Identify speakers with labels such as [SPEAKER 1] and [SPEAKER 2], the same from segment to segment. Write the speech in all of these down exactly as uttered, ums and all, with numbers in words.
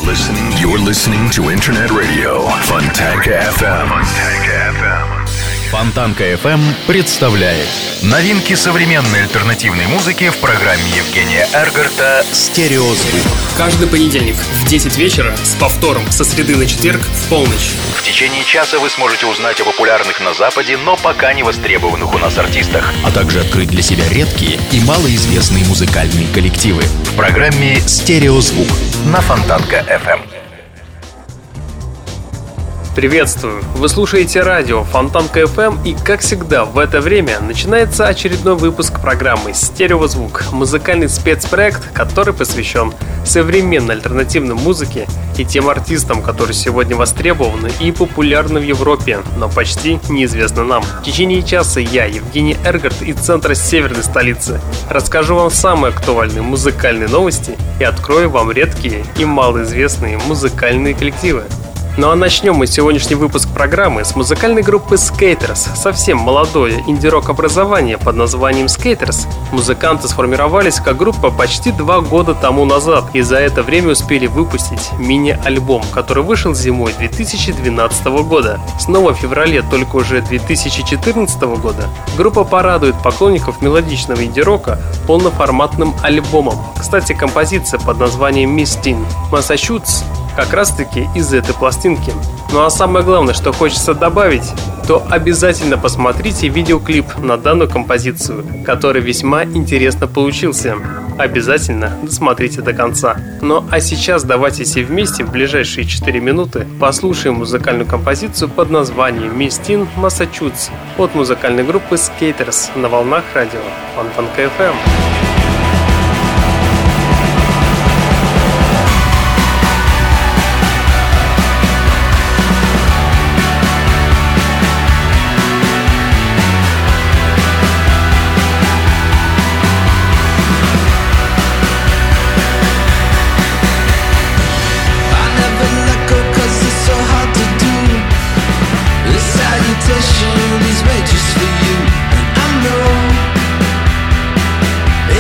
[SPEAKER 1] listening, you're listening to Internet Radio Fontanka эф эм. Fontanka эф эм. Fontanka эф эм представляет новинки современной альтернативной музыки в программе Евгения Эргарта «Стереозвук».
[SPEAKER 2] Каждый понедельник в десять вечера с повтором со среды на четверг в полночь.
[SPEAKER 1] В течение часа вы сможете узнать о популярных на Западе, но пока не востребованных у нас артистах,
[SPEAKER 3] а также открыть для себя редкие и малоизвестные музыкальные коллективы
[SPEAKER 1] в программе «Стереозвук» на Fontanka эф эм.
[SPEAKER 2] Приветствую! Вы слушаете радио Fontanka эф эм, и, как всегда, в это время начинается очередной выпуск программы «Стереозвук», музыкальный спецпроект, который посвящен современной альтернативной музыке и тем артистам, которые сегодня востребованы и популярны в Европе, но почти неизвестны нам. В течение часа я, Евгений Эргарт, из центра северной столицы, расскажу вам самые актуальные музыкальные новости и открою вам редкие и малоизвестные музыкальные коллективы. Ну а начнем мы сегодняшний выпуск программы с музыкальной группы Skaters. Совсем молодое инди-рок образование под названием Skaters. Музыканты сформировались как группа почти два года тому назад, и за это время успели выпустить мини-альбом, который вышел зимой две тысячи двенадцатого года. Снова в феврале только уже две тысячи четырнадцатого года группа порадует поклонников мелодичного инди-рока полноформатным альбомом. Кстати, композиция под названием Miss Teen Massachusetts как раз таки из этой пластинки. Ну а самое главное, что хочется добавить, то обязательно посмотрите видеоклип на данную композицию, который весьма интересно получился. Обязательно досмотрите до конца. Ну а сейчас давайте все вместе в ближайшие четыре минуты послушаем музыкальную композицию под названием Miss Teen Massachusetts от музыкальной группы Skaters на волнах радио Fontanka эф эм.
[SPEAKER 4] Is way just for you, and I know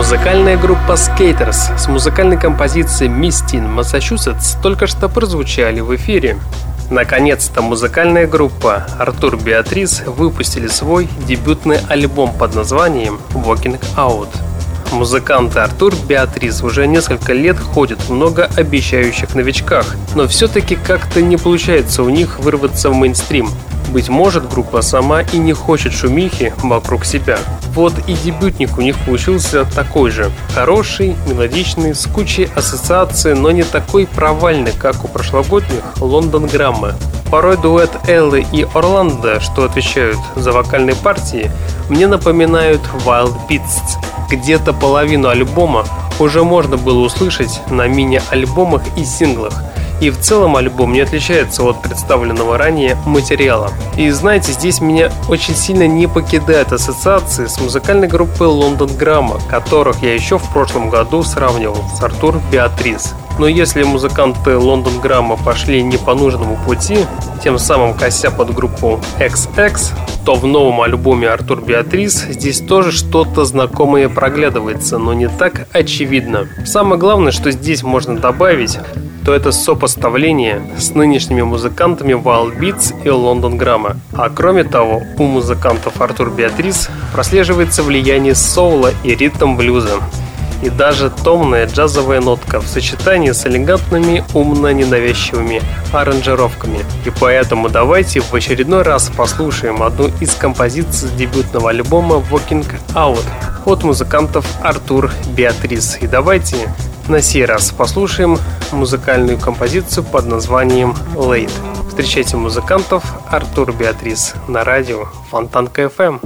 [SPEAKER 2] Музыкальная группа Skaters с музыкальной композицией Misty in Massachusetts только что прозвучали в эфире. Наконец-то музыкальная группа Артур Беатрис выпустили свой дебютный альбом под названием Walking Out. Музыканты Артур Беатрис уже несколько лет ходят в многообещающих новичках, но все-таки как-то не получается у них вырваться в мейнстрим. Быть может, группа сама и не хочет шумихи вокруг себя. Вот и дебютник у них получился такой же. Хороший, мелодичный, с кучей ассоциаций, но не такой провальный, как у прошлогодних Лондонграмма. Порой дуэт Эллы и Орландо, что отвечают за вокальные партии, мне напоминают Wild Beasts. Где-то половину альбома уже можно было услышать на мини-альбомах и синглах. И в целом альбом не отличается от представленного ранее материала. И знаете, здесь меня очень сильно не покидают ассоциации с музыкальной группой Лондонграмма, которых я еще в прошлом году сравнивал с Артур Беатрис. Но если музыканты Лондонграмма пошли не по нужному пути, тем самым кося под группу икс икс, то в новом альбоме Артур Беатрис здесь тоже что-то знакомое проглядывается, но не так очевидно. Самое главное, что здесь можно добавить, то это сопоставление с нынешними музыкантами Wild Beats и Лондонграмма. А кроме того, у музыкантов Артур Беатрис прослеживается влияние соула и ритм-блюза. И даже томная джазовая нотка в сочетании с элегантными, умно-ненавязчивыми аранжировками. И поэтому давайте в очередной раз послушаем одну из композиций дебютного альбома Walking Out от музыкантов Артур Беатрис. И давайте на сей раз послушаем музыкальную композицию под названием Late. Встречайте музыкантов Артур Беатрис на радио Фонтанка эф эм.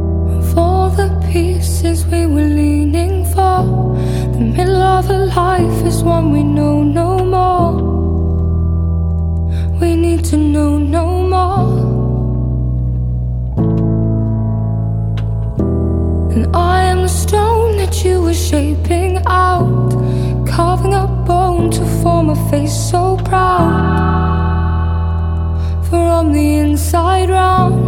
[SPEAKER 4] The middle of a life is one we know no more. We need to know no more. And I am the stone that you were shaping out, carving up bone to form a face so proud. From the inside round,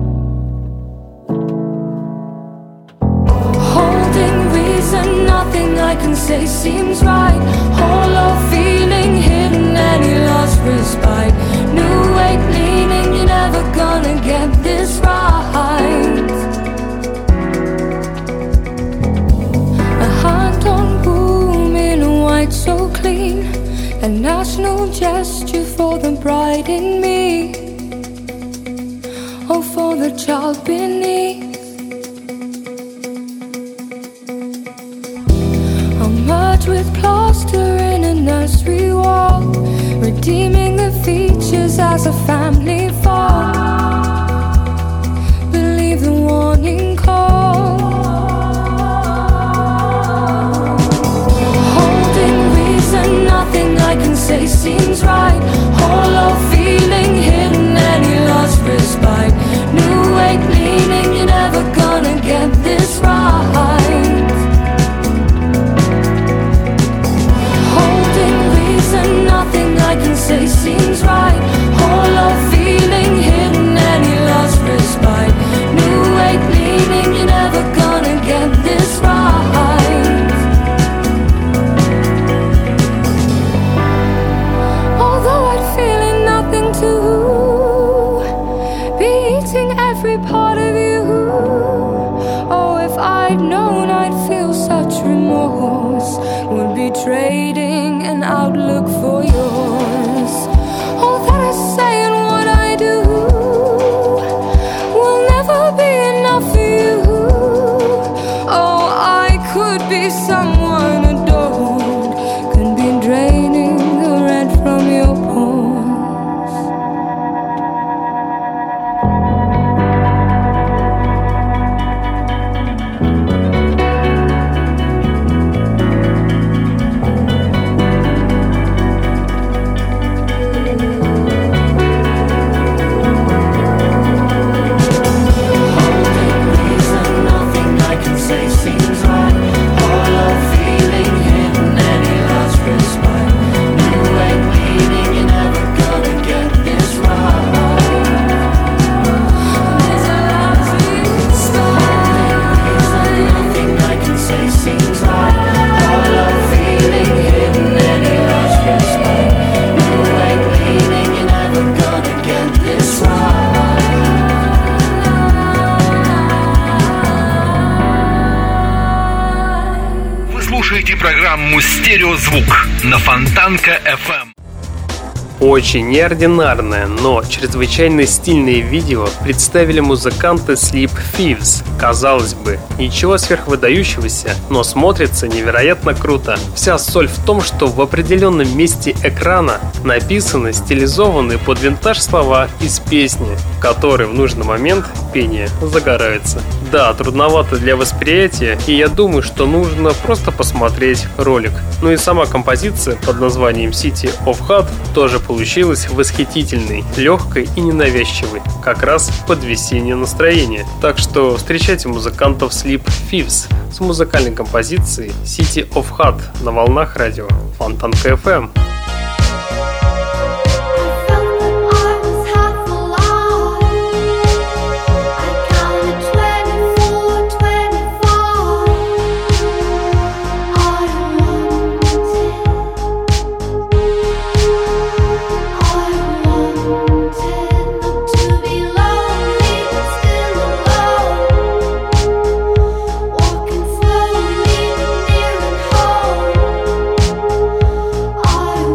[SPEAKER 4] nothing I can say seems right. Hollow feeling hidden, any lost respite. New weight leaning, you're never gonna get this right. A hand on boom in white so clean, a national gesture for the bride in me, oh, for the child beneath. With plaster in a nursery wall, redeeming the features as a family fall. Believe the warning call. Holding reason, nothing I can say seems right. Hollow feeling hidden, any lost respite. New weight leaning, you're never gonna get this right. Nothing I can say seems right. Hollow feeling hidden, any lost respite. New weight leaning, you're never gonna get this right. Although I'd feeling nothing to be eating every part of you. Oh, if I'd known I'd feel such remorse, would be trading an outlook for yours. All that I say and what I do will never be enough for you. Oh, I could be someone adored, could be draining the red from your pores.
[SPEAKER 1] программу «Стереозвук» на Фонтанка эф эм.
[SPEAKER 2] Очень неординарное, но чрезвычайно стильное видео представили музыканты Sleep Thieves. Казалось бы, ничего сверхвыдающегося, но смотрится невероятно круто. Вся соль в том, что в определенном месте экрана написаны стилизованные под винтаж слова из песни, которые в нужный момент пения загораются. Да, трудновато для восприятия, и я думаю, что нужно просто посмотреть ролик. Ну и сама композиция под названием City of Heart тоже получилась восхитительной, легкой и ненавязчивой, как раз под весеннее настроение. Так что встречайте музыкантов Sleep Thieves с музыкальной композицией City of Heart на волнах радио Фонтанка эф эм.
[SPEAKER 4] I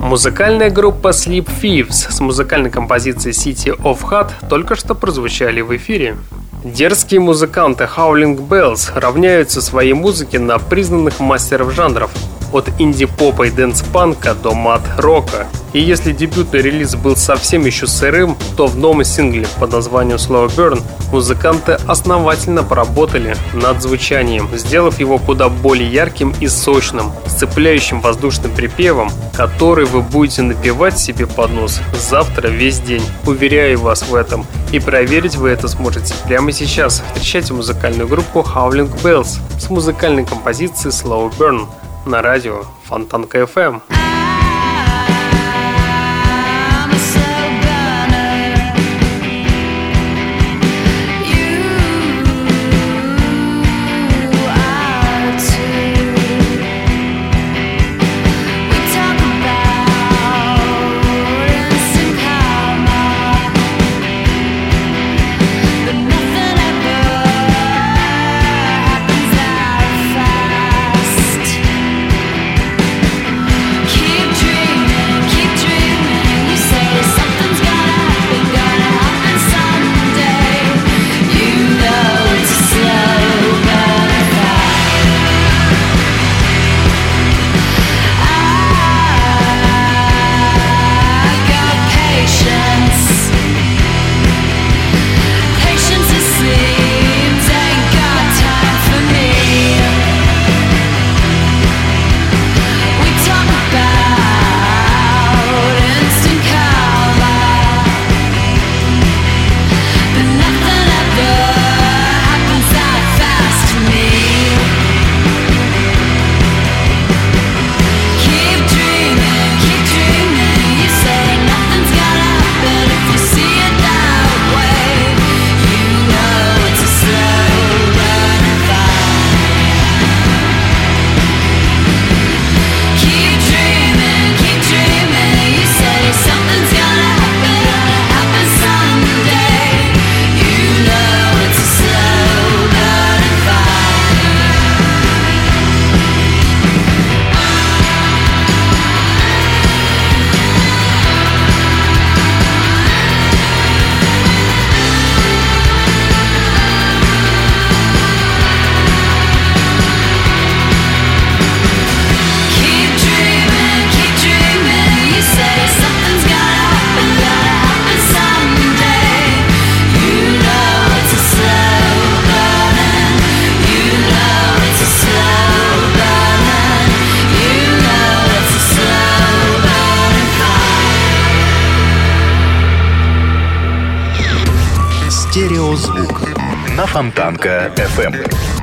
[SPEAKER 2] Музыкальная группа Sleep Thieves с музыкальной композицией City of Heart только что прозвучали в эфире. Дерзкие музыканты Howling Bells равняются своей музыке на признанных мастеров жанров, от инди-попа и дэнс-панка до мат-рока. И если дебютный релиз был совсем еще сырым, то в новом сингле под названием Slow Burn музыканты основательно поработали над звучанием, сделав его куда более ярким и сочным, с цепляющим воздушным припевом, который вы будете напевать себе под нос завтра весь день. Уверяю вас в этом. И проверить вы это сможете прямо сейчас. Встречайте музыкальную группу Howling Bells с музыкальной композицией Slow Burn на радио Фонтанка эф эм.
[SPEAKER 3] Стереозвук на Фонтанка эф эм.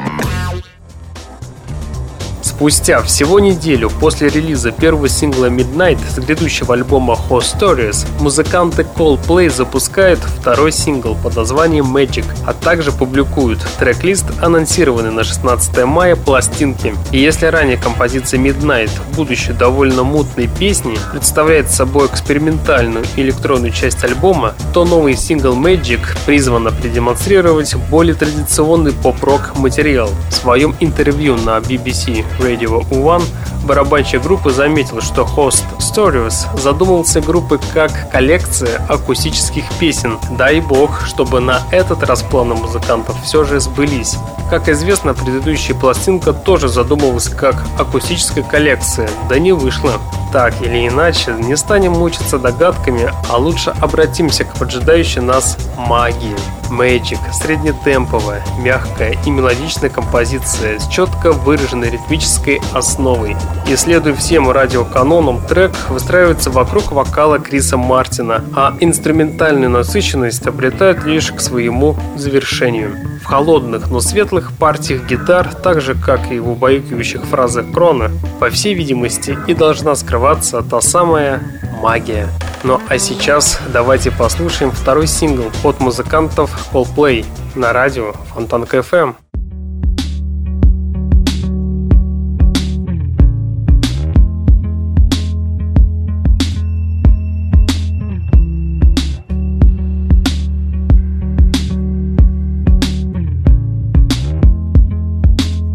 [SPEAKER 2] Спустя всего неделю после релиза первого сингла Midnight с грядущего альбома Host Stories, музыканты Coldplay запускают второй сингл под названием Magic, а также публикуют трек-лист, анонсированный на шестнадцатое мая пластинки. И если ранее композиция Midnight, будучи довольно мутной песней, представляет собой экспериментальную электронную часть альбома, то новый сингл Magic призван продемонстрировать более традиционный поп-рок материал. В своем интервью на би би си Radio One барабанщик группы заметил, что Host Stories задумывался группой как коллекция акустических песен. Дай бог, чтобы на этот раз планы музыкантов все же сбылись. Как известно, предыдущая пластинка тоже задумывалась как акустическая коллекция, да не вышло. Так или иначе, не станем мучиться догадками, а лучше обратимся к поджидающей нас магии. Magic – среднетемповая, мягкая и мелодичная композиция с четко выраженной ритмической основой. И следуя всем радиоканонам, трек выстраивается вокруг вокала Криса Мартина, а инструментальную насыщенность обретает лишь к своему завершению. В холодных, но светлых партиях гитар, так же как и в убаюкивающих фразах Крона, по всей видимости и должна скрываться та самая магия. Ну а сейчас давайте послушаем второй сингл от музыкантов Coldplay на радио Фонтанка эф эм.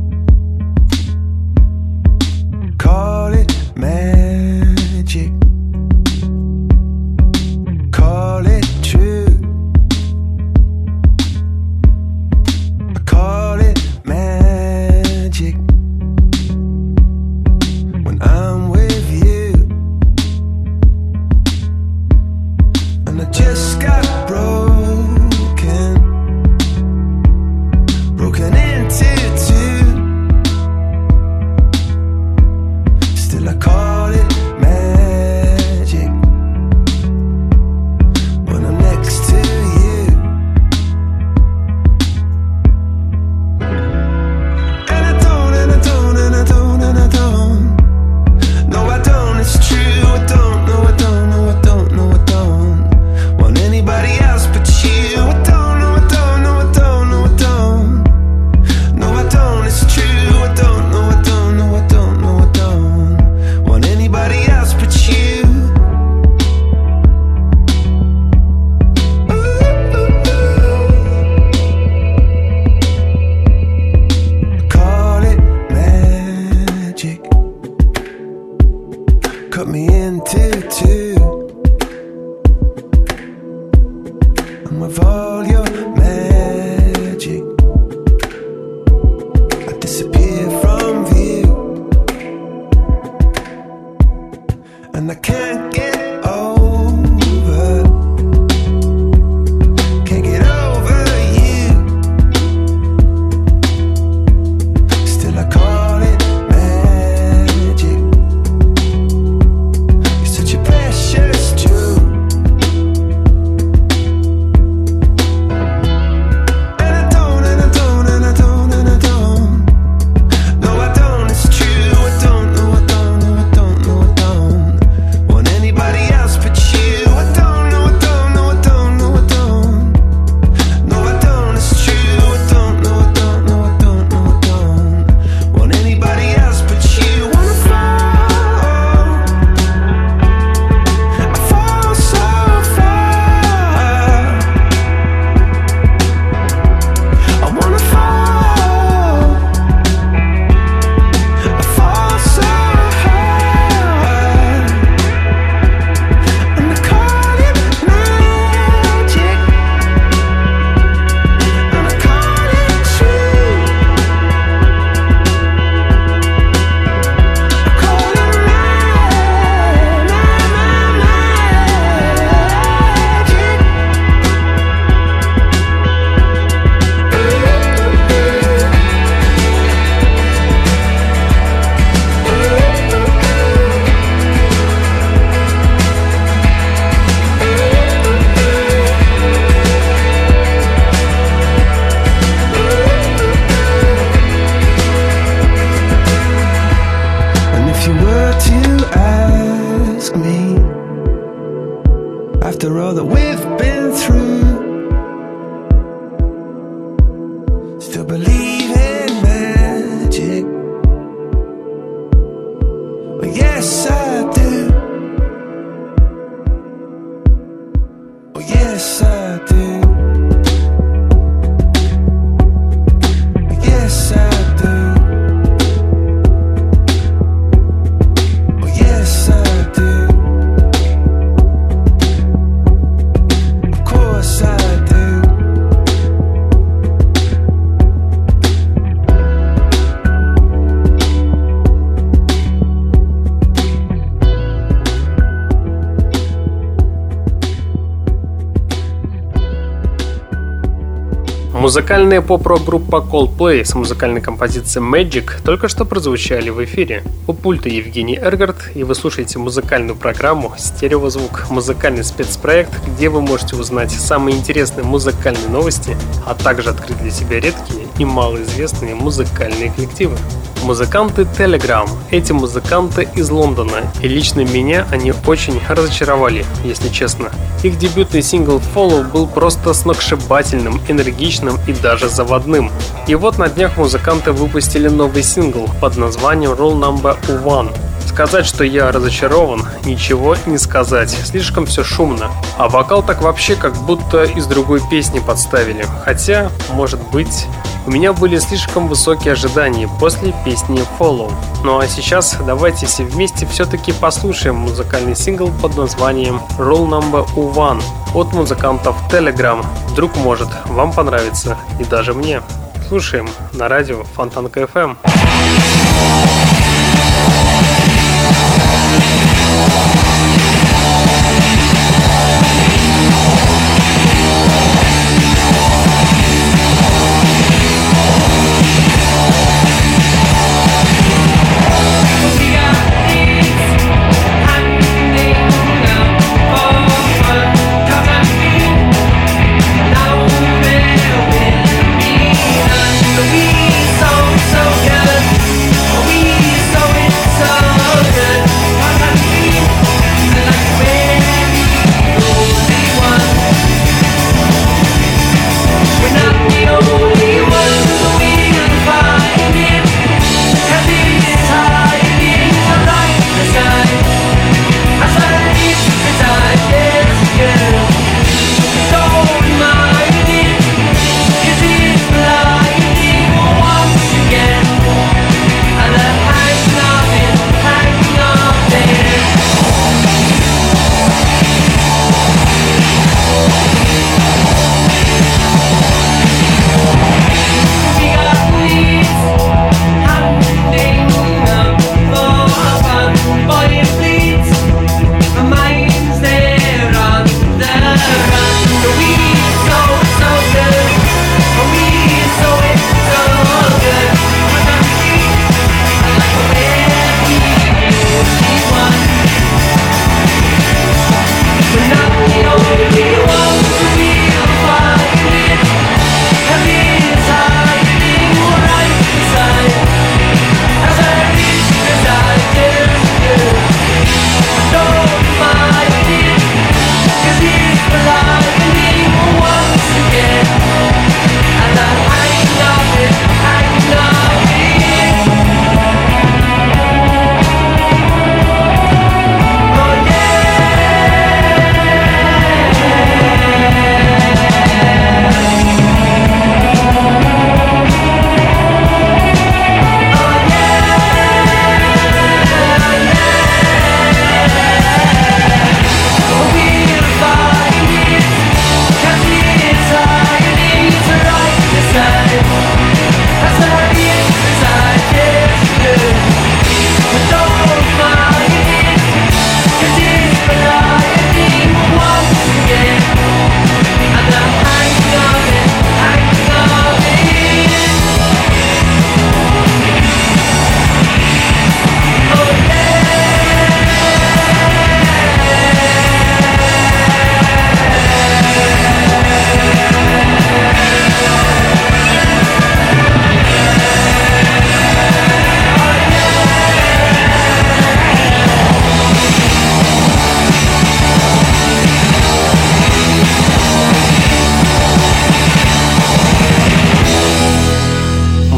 [SPEAKER 5] Call it magic. cut me into two. And with all your magic, I disappear from view. And I can't get over, can't get over you. Still I call it magic. You're such a precious jewel. And I don't, and I don't, and I don't, and I don't. No, I don't, it's true. I don't, no, I don't, no, I don't, no, I don't want anybody else but you. I don't, no, I don't, no, I don't, no, I don't. No, I don't, it's true. I don't, no, I don't, no, I don't, no, I don't want anybody else but you. Wanna fall, I fall so far. I wanna fall, I fall so hard. And I call it magic, and I call it true. I call it ma- ma- ma- And if you were to ask me, after all that we've been through, still believe in magic? Well, yes, I do. Oh, yes, I do. Oh, yes, I do. Oh, yes, I do. Of course I do.
[SPEAKER 2] Музыкальная поп-рок группа Coldplay с музыкальной композицией Magic только что прозвучали в эфире. У пульта Евгений Эргард, и вы слушаете музыкальную программу «Стереозвук», музыкальный спецпроект, где вы можете узнать самые интересные музыкальные новости, а также открыть для себя редкие и малоизвестные музыкальные коллективы. Музыканты Telegram. Эти музыканты из Лондона, и лично меня они очень разочаровали, если честно. Их дебютный сингл Follow был просто сногсшибательным, энергичным и даже заводным. И вот на днях музыканты выпустили новый сингл под названием Rule Number One. Сказать, что я разочарован, ничего не сказать, слишком все шумно. А вокал так вообще как будто из другой песни подставили. Хотя, может быть, у меня были слишком высокие ожидания после песни Follow. Ну а сейчас давайте все вместе все-таки послушаем музыкальный сингл под названием Rule Number One от музыкантов Telegram. Вдруг, может, вам понравится, и даже мне. Слушаем на радио Фонтанка эф эм.
[SPEAKER 6] So good, we so it's so good.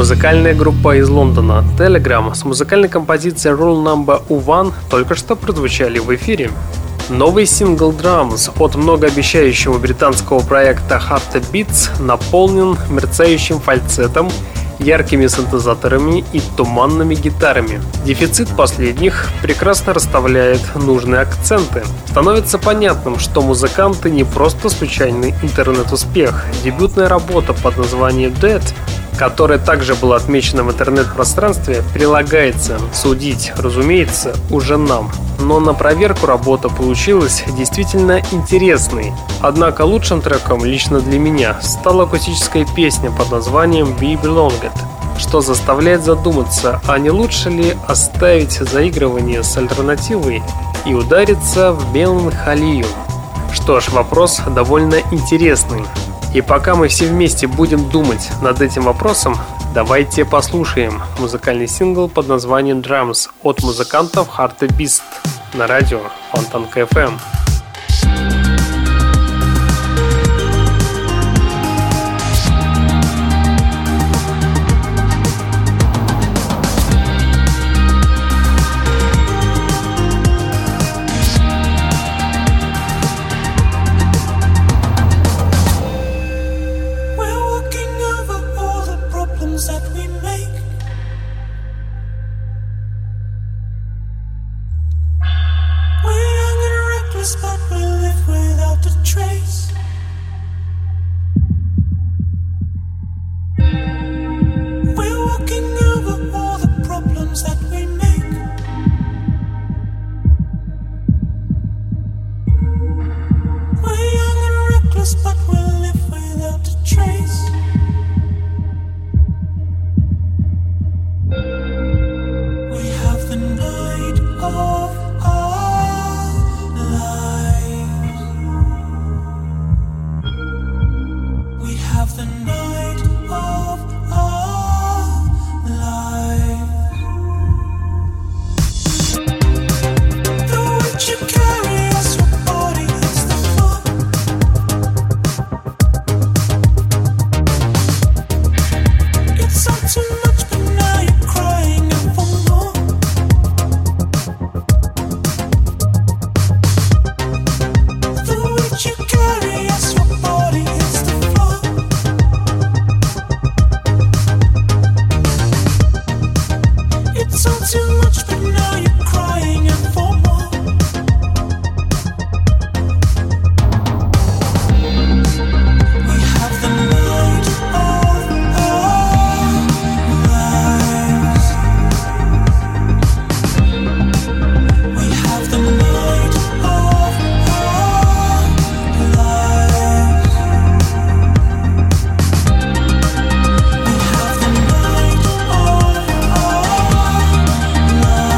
[SPEAKER 2] Музыкальная группа из Лондона Telegram с музыкальной композицией Rule Number One только что прозвучали в эфире. Новый сингл Drums от многообещающего британского проекта Heartbeats наполнен мерцающим фальцетом, яркими синтезаторами и туманными гитарами. Дефицит последних прекрасно расставляет нужные акценты. Становится понятным, что музыканты не просто случайный интернет-успех. Дебютная работа под названием Dead, которая также была отмечена в интернет-пространстве, прилагается. Судить, разумеется, уже нам. Но на проверку работа получилась действительно интересной. Однако лучшим треком лично для меня стала акустическая песня под названием Be Belonged, что заставляет задуматься, а не лучше ли оставить заигрывание с альтернативой и удариться в меланхолию. Что ж, вопрос довольно интересный. И пока мы все вместе будем думать над этим вопросом, давайте послушаем музыкальный сингл под названием Drums от музыкантов Heartbeats на радио Фонтанка эф эм.
[SPEAKER 6] Love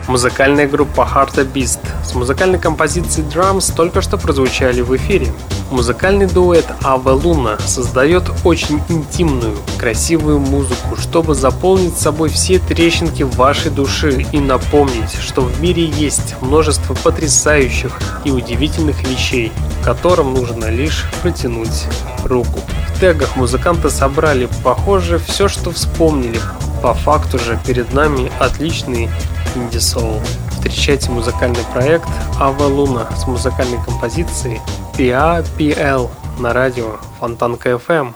[SPEAKER 2] Музыкальная группа Heart of Beast с музыкальной композицией Drums только что прозвучали в эфире. Музыкальный дуэт Ave Luna создает очень интимную, красивую музыку, чтобы заполнить собой все трещинки вашей души и напомнить, что в мире есть множество потрясающих и удивительных вещей, к которым нужно лишь протянуть руку. В тегах музыканты собрали, похоже, все, что вспомнили. По факту же перед нами отличный инди-соул. Встречайте музыкальный проект Ave Luna с музыкальной композицией пи эй пи эл на радио Фонтанка эф эм.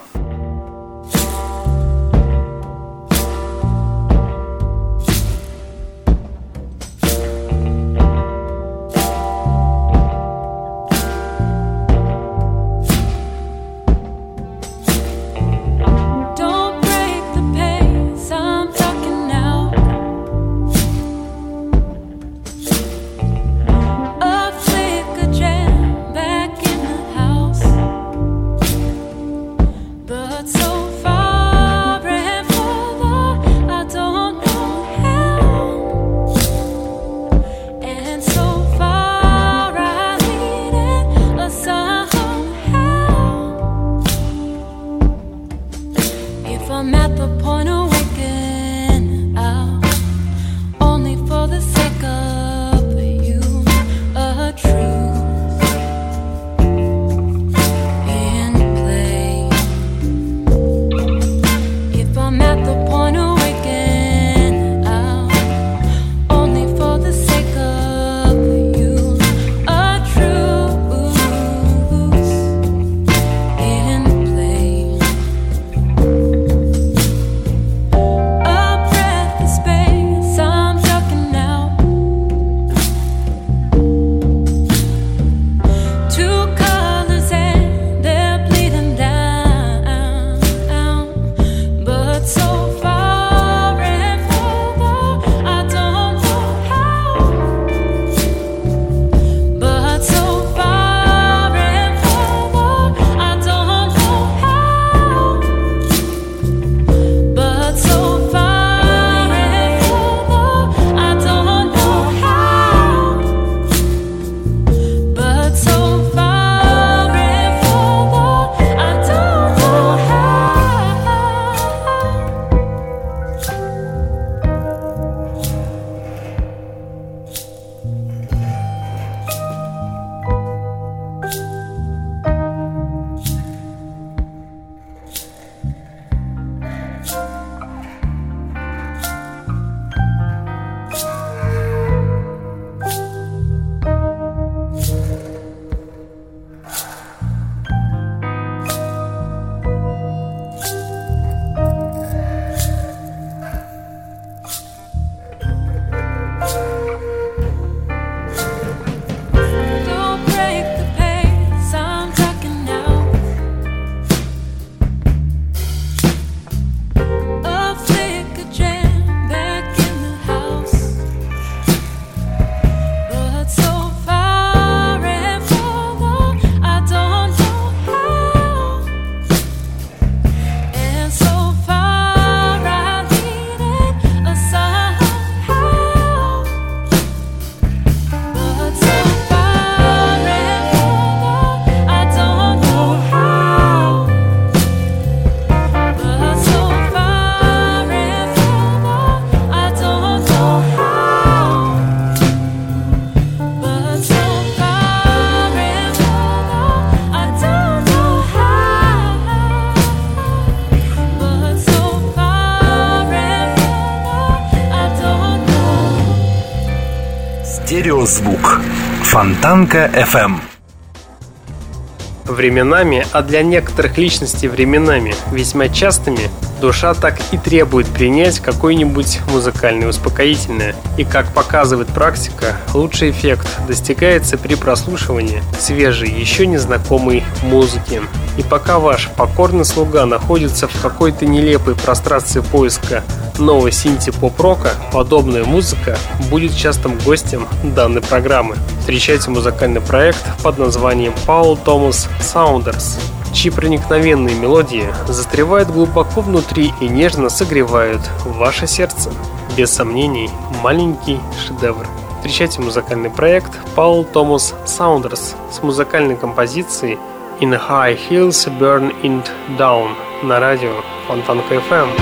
[SPEAKER 1] Стереозвук. Фонтанка эф эм.
[SPEAKER 2] Временами, а для некоторых личностей временами весьма частыми, душа так и требует принять какое-нибудь музыкальное успокоительное. И как показывает практика, лучший эффект достигается при прослушивании свежей, еще незнакомой музыки. И пока ваш покорный слуга находится в какой-то нелепой прострации поиска нового синти-поп-рока, подобная музыка будет частым гостем данной программы. Встречайте музыкальный проект под названием Paul Thomas Saunders. чьи проникновенные мелодии застревают глубоко внутри и нежно согревают ваше сердце. Без сомнений, маленький шедевр. Встречайте музыкальный проект Paul Thomas Saunders с музыкальной композицией In High Heels Burn It Down на радио Фонтанка эф эм.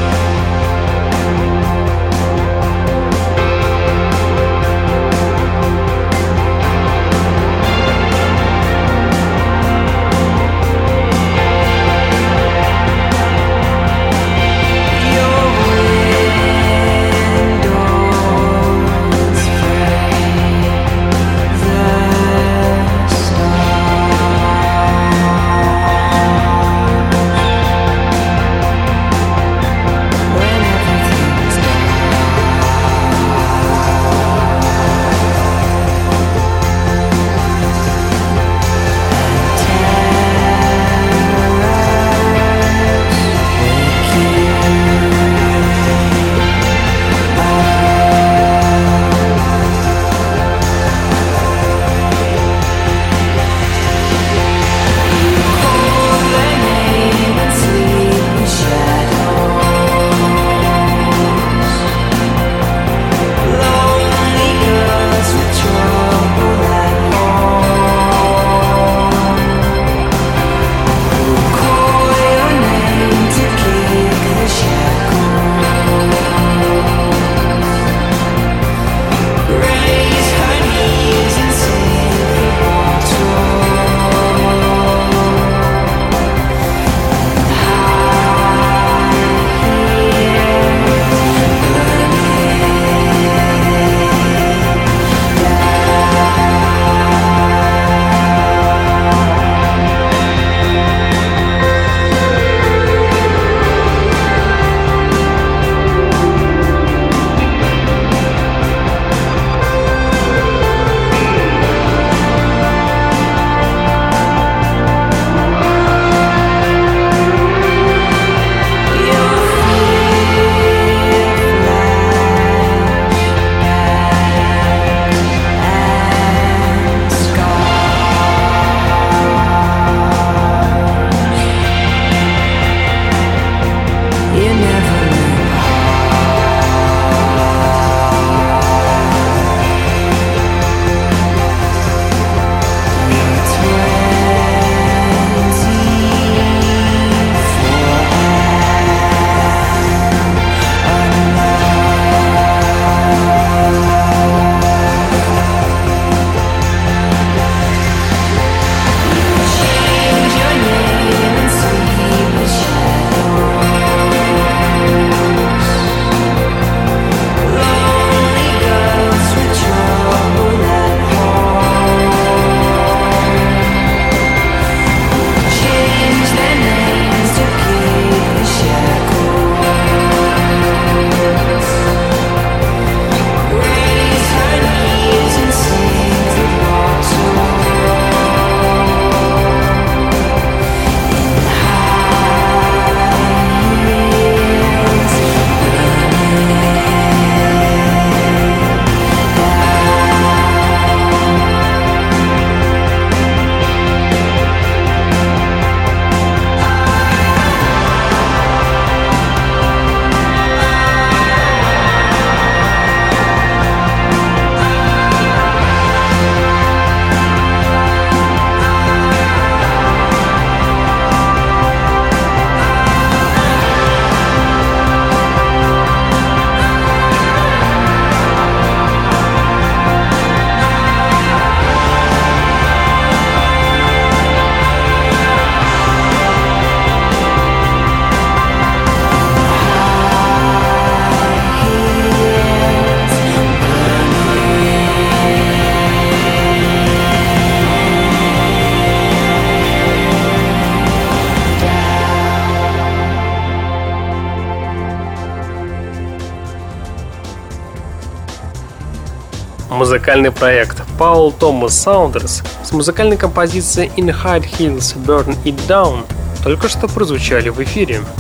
[SPEAKER 2] Музыкальный проект Paul Thomas Saunders с музыкальной композицией In High Heels Burn It Down только что прозвучали в эфире.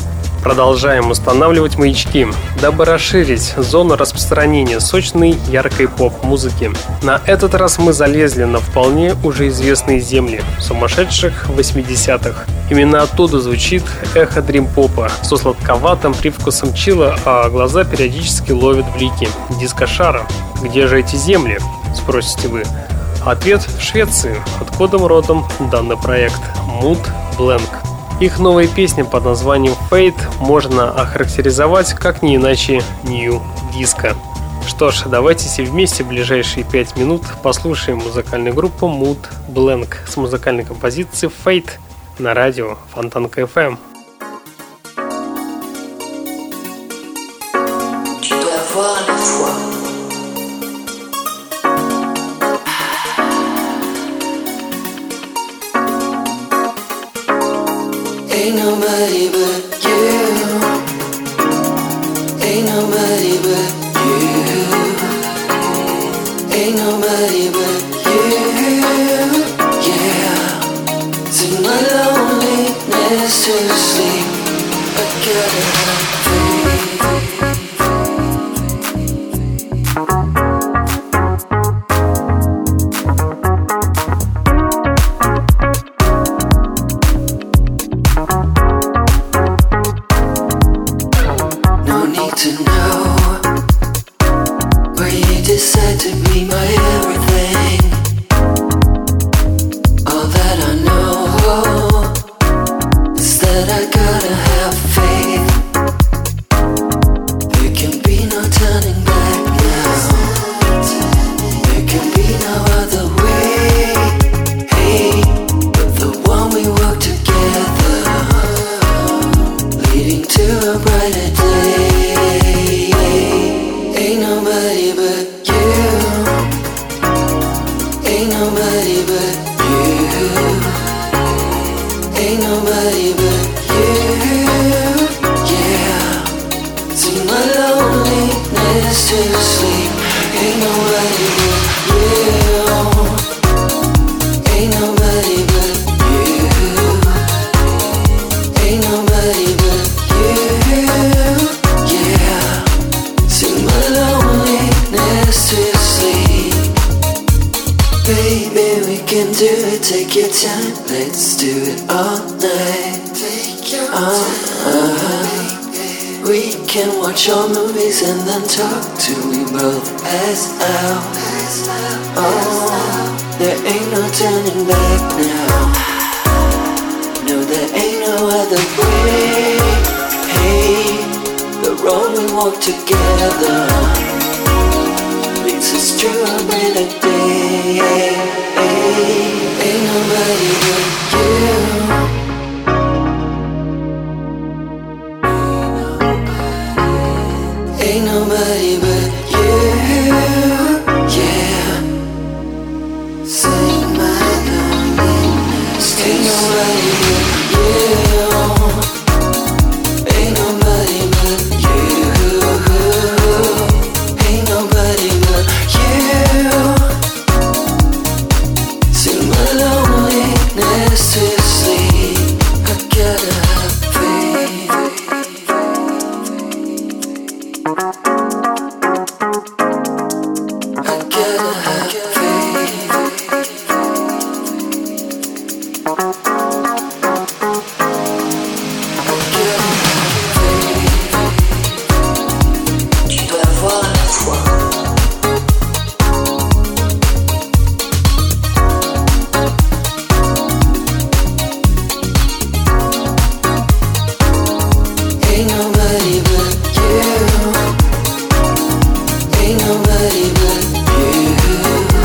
[SPEAKER 2] Продолжаем устанавливать маячки, дабы расширить зону распространения сочной, яркой поп-музыки. На этот раз мы залезли на вполне уже известные земли сумасшедших восьмидесятых. Именно оттуда звучит эхо дрим-попа со сладковатым привкусом чила, а глаза периодически ловят блики диско-шара. Где же эти земли, спросите вы? Ответ в Швеции, откуда родом данный проект Mood Blank. Их новая песня под названием Fate можно охарактеризовать как не иначе New Disco. Что ж, давайте все вместе в ближайшие пять минут послушаем музыкальную группу Mood Blank с музыкальной композицией Fate на радио Фонтанка эф эм.
[SPEAKER 6] Ain't nobody but you. Ain't nobody but you. Ain't nobody but you. Yeah. Sing my loneliness to sleep. I gotta have faith. To know where you decide to be my everything. All that I know is that I gotta have faith. There can be no turning back now. There can be no other way. Hey, but the one we walk together, leading to a brighter day. Ain't nobody but you. Ain't nobody but you. Ain't nobody but you. Yeah. Sing my loneliness to sleep. Ain't nobody but you. Ain't nobody but you. Ain't nobody but you. Yeah. Sing my loneliness to sleep. Baby, we can do it, take your time. Let's do it all night. Take your time. We can watch our movies and then talk till we both pass out. Oh, there ain't no turning back now. No, there ain't no other way. Hey, the road we walk together leads us to a better day. Ain't nobody but you. Ain't nobody but you. Yeah. Sing my loneliness. Ain't nobody but you. Ain't nobody but you. Ain't nobody but you. Sing my loneliness to sleep. I gotta have faith. I gotta have faith. Tu dois avoir la foi. Ain't nobody but you. Ain't nobody but you.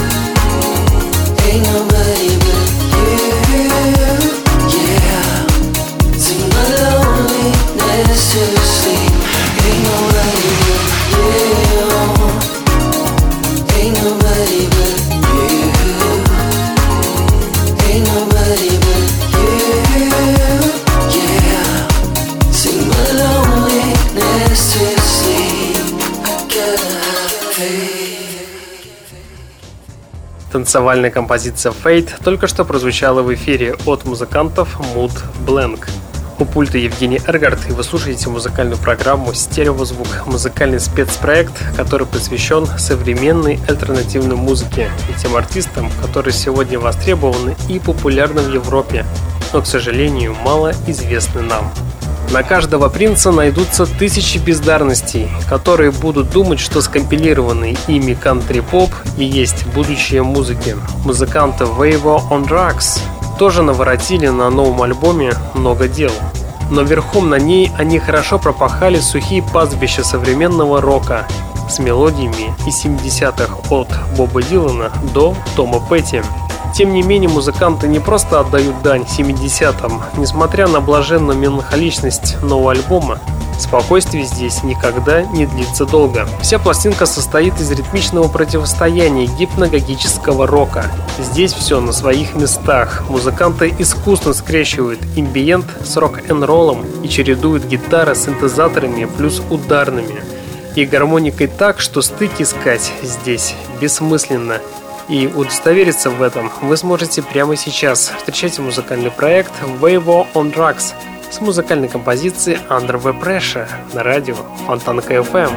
[SPEAKER 6] Ain't nobody but you. Yeah. Sing my loneliness to sleep. Ain't nobody but you. Ain't nobody but you. Ain't nobody but you. Yeah. Sing my loneliness to sleep. I gotta have faith.
[SPEAKER 2] Танцевальная композиция Fate только что прозвучала в эфире от музыкантов Mood Blank. У пульта Евгений Эргард, и вы слушаете музыкальную программу «Стереозвук», музыкальный спецпроект, который посвящен современной альтернативной музыке и тем артистам, которые сегодня востребованы и популярны в Европе, но, к сожалению, мало известны нам. На каждого принца найдутся тысячи бездарностей, которые будут думать, что скомпилированный ими кантри-поп и есть будущее музыки. Музыканты Wavo on Drugs тоже наворотили на новом альбоме много дел. Но верхом на ней они хорошо пропахали сухие пастбища современного рока с мелодиями из семидесятых от Боба Дилана до Тома Петти. Тем не менее, музыканты не просто отдают дань семидесятым, несмотря на блаженную меланхоличность нового альбома. Спокойствие здесь никогда не длится долго. Вся пластинка состоит из ритмичного противостояния гипногогического рока. Здесь все на своих местах. Музыканты искусно скрещивают эмбиент с рок-н-роллом и чередуют гитары с синтезаторами плюс ударными и гармоникой так, что стык искать здесь бессмысленно. И удостовериться в этом вы сможете прямо сейчас. Встречайте музыкальный проект Wavo on Drugs с музыкальной композицией Under the Pressure на радио Фонтанка эф эм.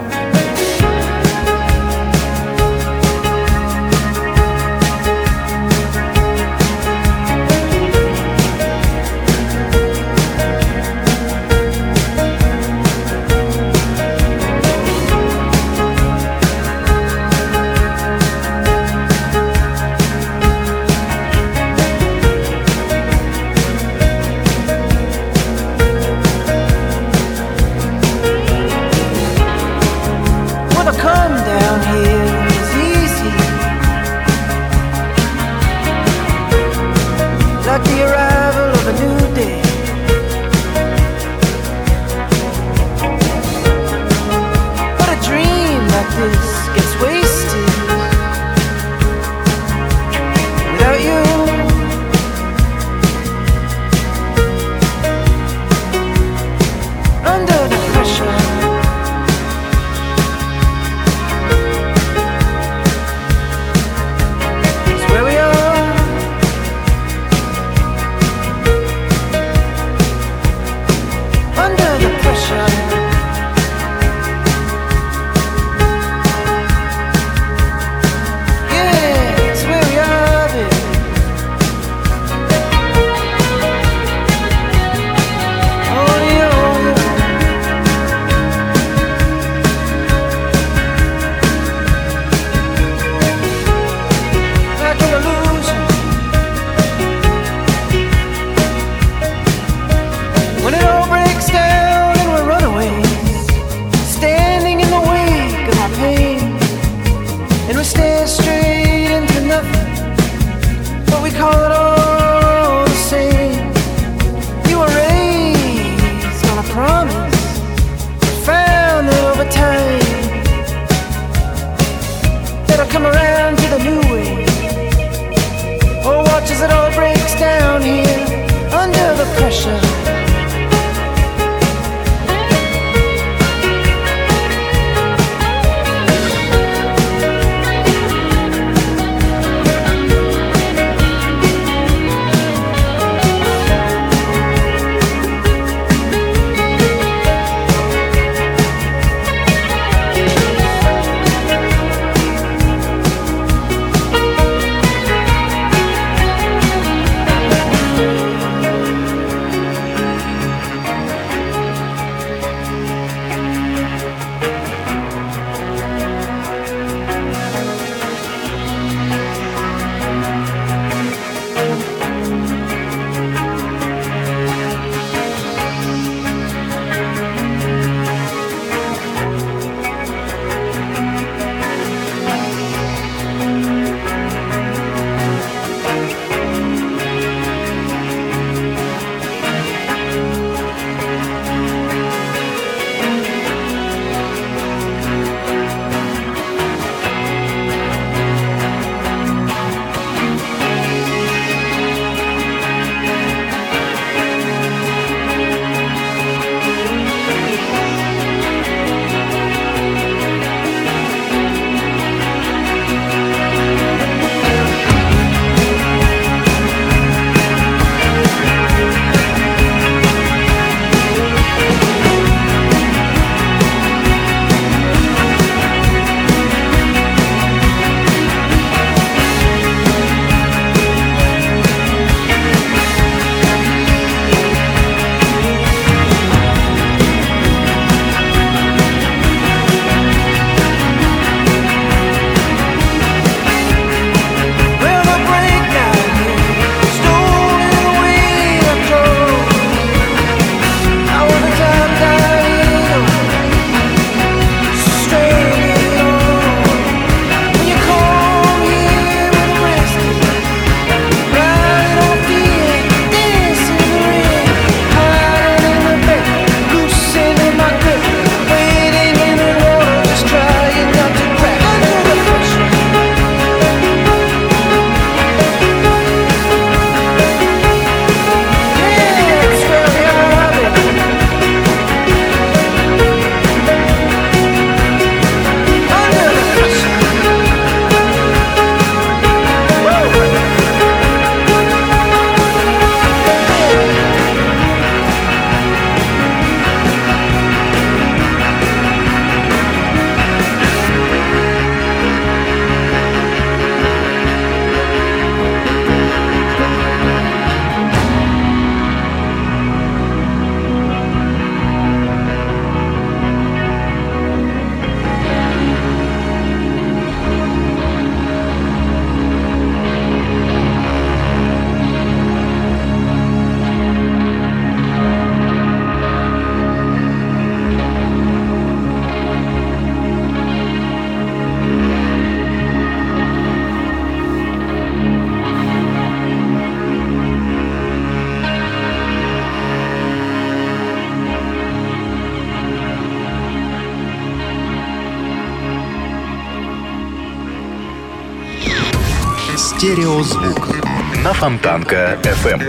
[SPEAKER 3] Стереозвук
[SPEAKER 1] на Фонтанка эф эм.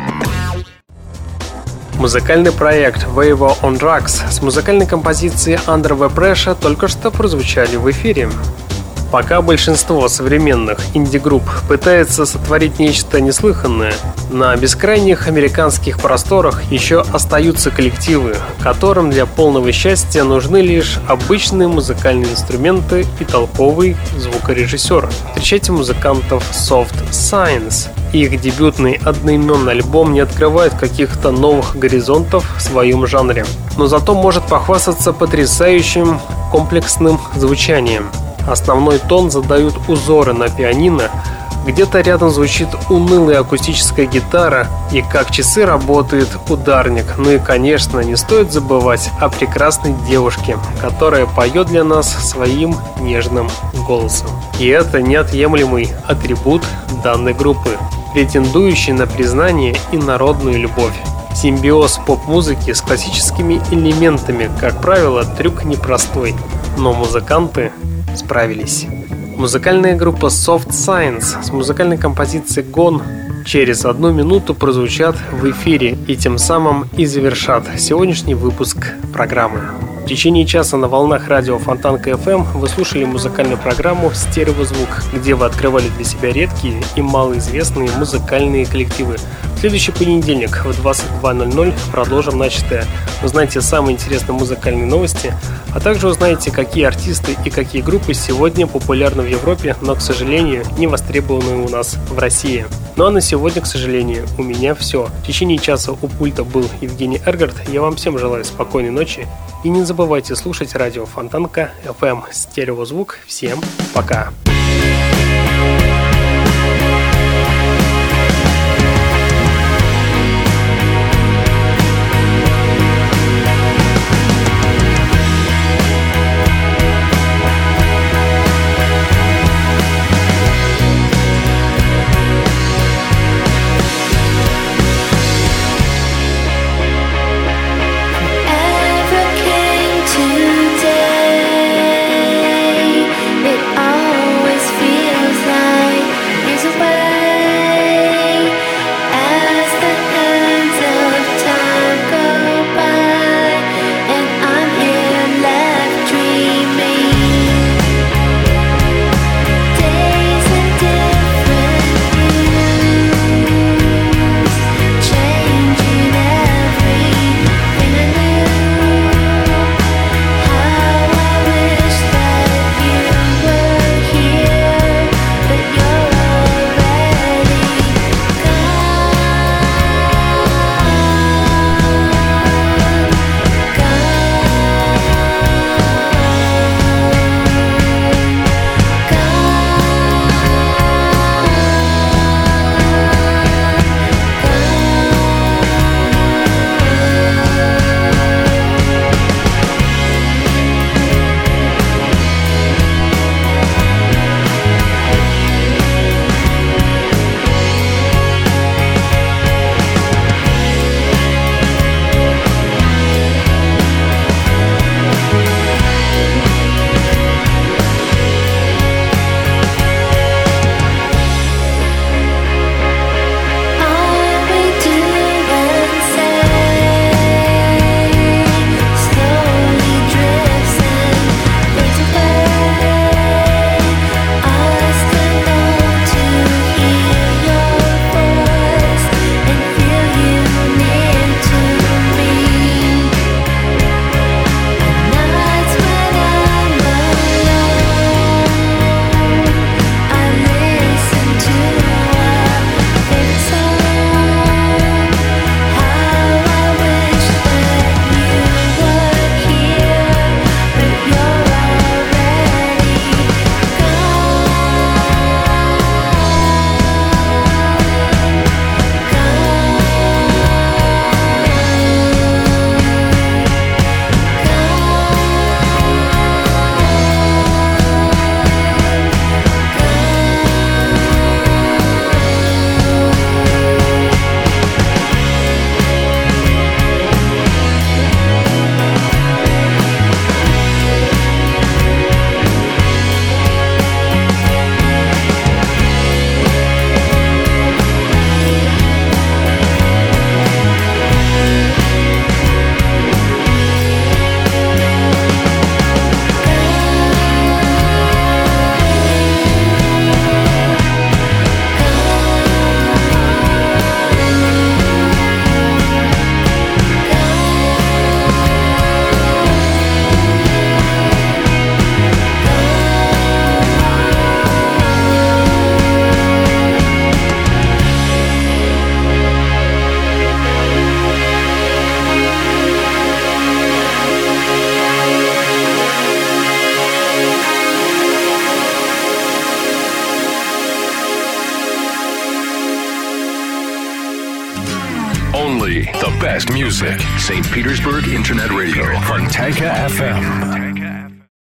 [SPEAKER 2] Музыкальный проект Wave on Drugs с музыкальной композицией Under the Pressure только что прозвучали в эфире. Пока большинство современных инди-групп пытается сотворить нечто неслыханное, на бескрайних американских просторах еще остаются коллективы, которым для полного счастья нужны лишь обычные музыкальные инструменты и толковый звукорежиссер. Встречайте музыкантов Soft Science. Их дебютный одноименный альбом не открывает каких-то новых горизонтов в своем жанре, но зато может похвастаться потрясающим комплексным звучанием. Основной тон задают узоры на пианино, где-то рядом звучит унылая акустическая гитара и как часы работает ударник. Ну и, конечно, не стоит забывать о прекрасной девушке, которая поет для нас своим нежным голосом. И это неотъемлемый атрибут данной группы, претендующий на признание и народную любовь. Симбиоз поп-музыки с классическими элементами, как правило, трюк непростой, но музыканты справились. Музыкальная группа Soft Science с музыкальной композицией Gone через одну минуту прозвучат в эфире и тем самым и завершат сегодняшний выпуск программы. В течение часа на волнах радио Фонтанка эф эм вы слушали музыкальную программу «Стереозвук», где вы открывали для себя редкие и малоизвестные музыкальные коллективы. В следующий понедельник в двадцать два ноль ноль продолжим начатое. Узнаете самые интересные музыкальные новости, а также узнаете, какие артисты и какие группы сегодня популярны в Европе, но, к сожалению, не востребованы у нас в России. Ну а на сегодня, к сожалению, у меня все. В течение часа у пульта был Евгений Эргард. Я вам всем желаю спокойной ночи. И не забывайте слушать радио Фонтанка эф эм «Стереозвук». Всем пока!
[SPEAKER 4] Today, it all
[SPEAKER 1] Saint Petersburg Internet Radio, Fontanka эф эм.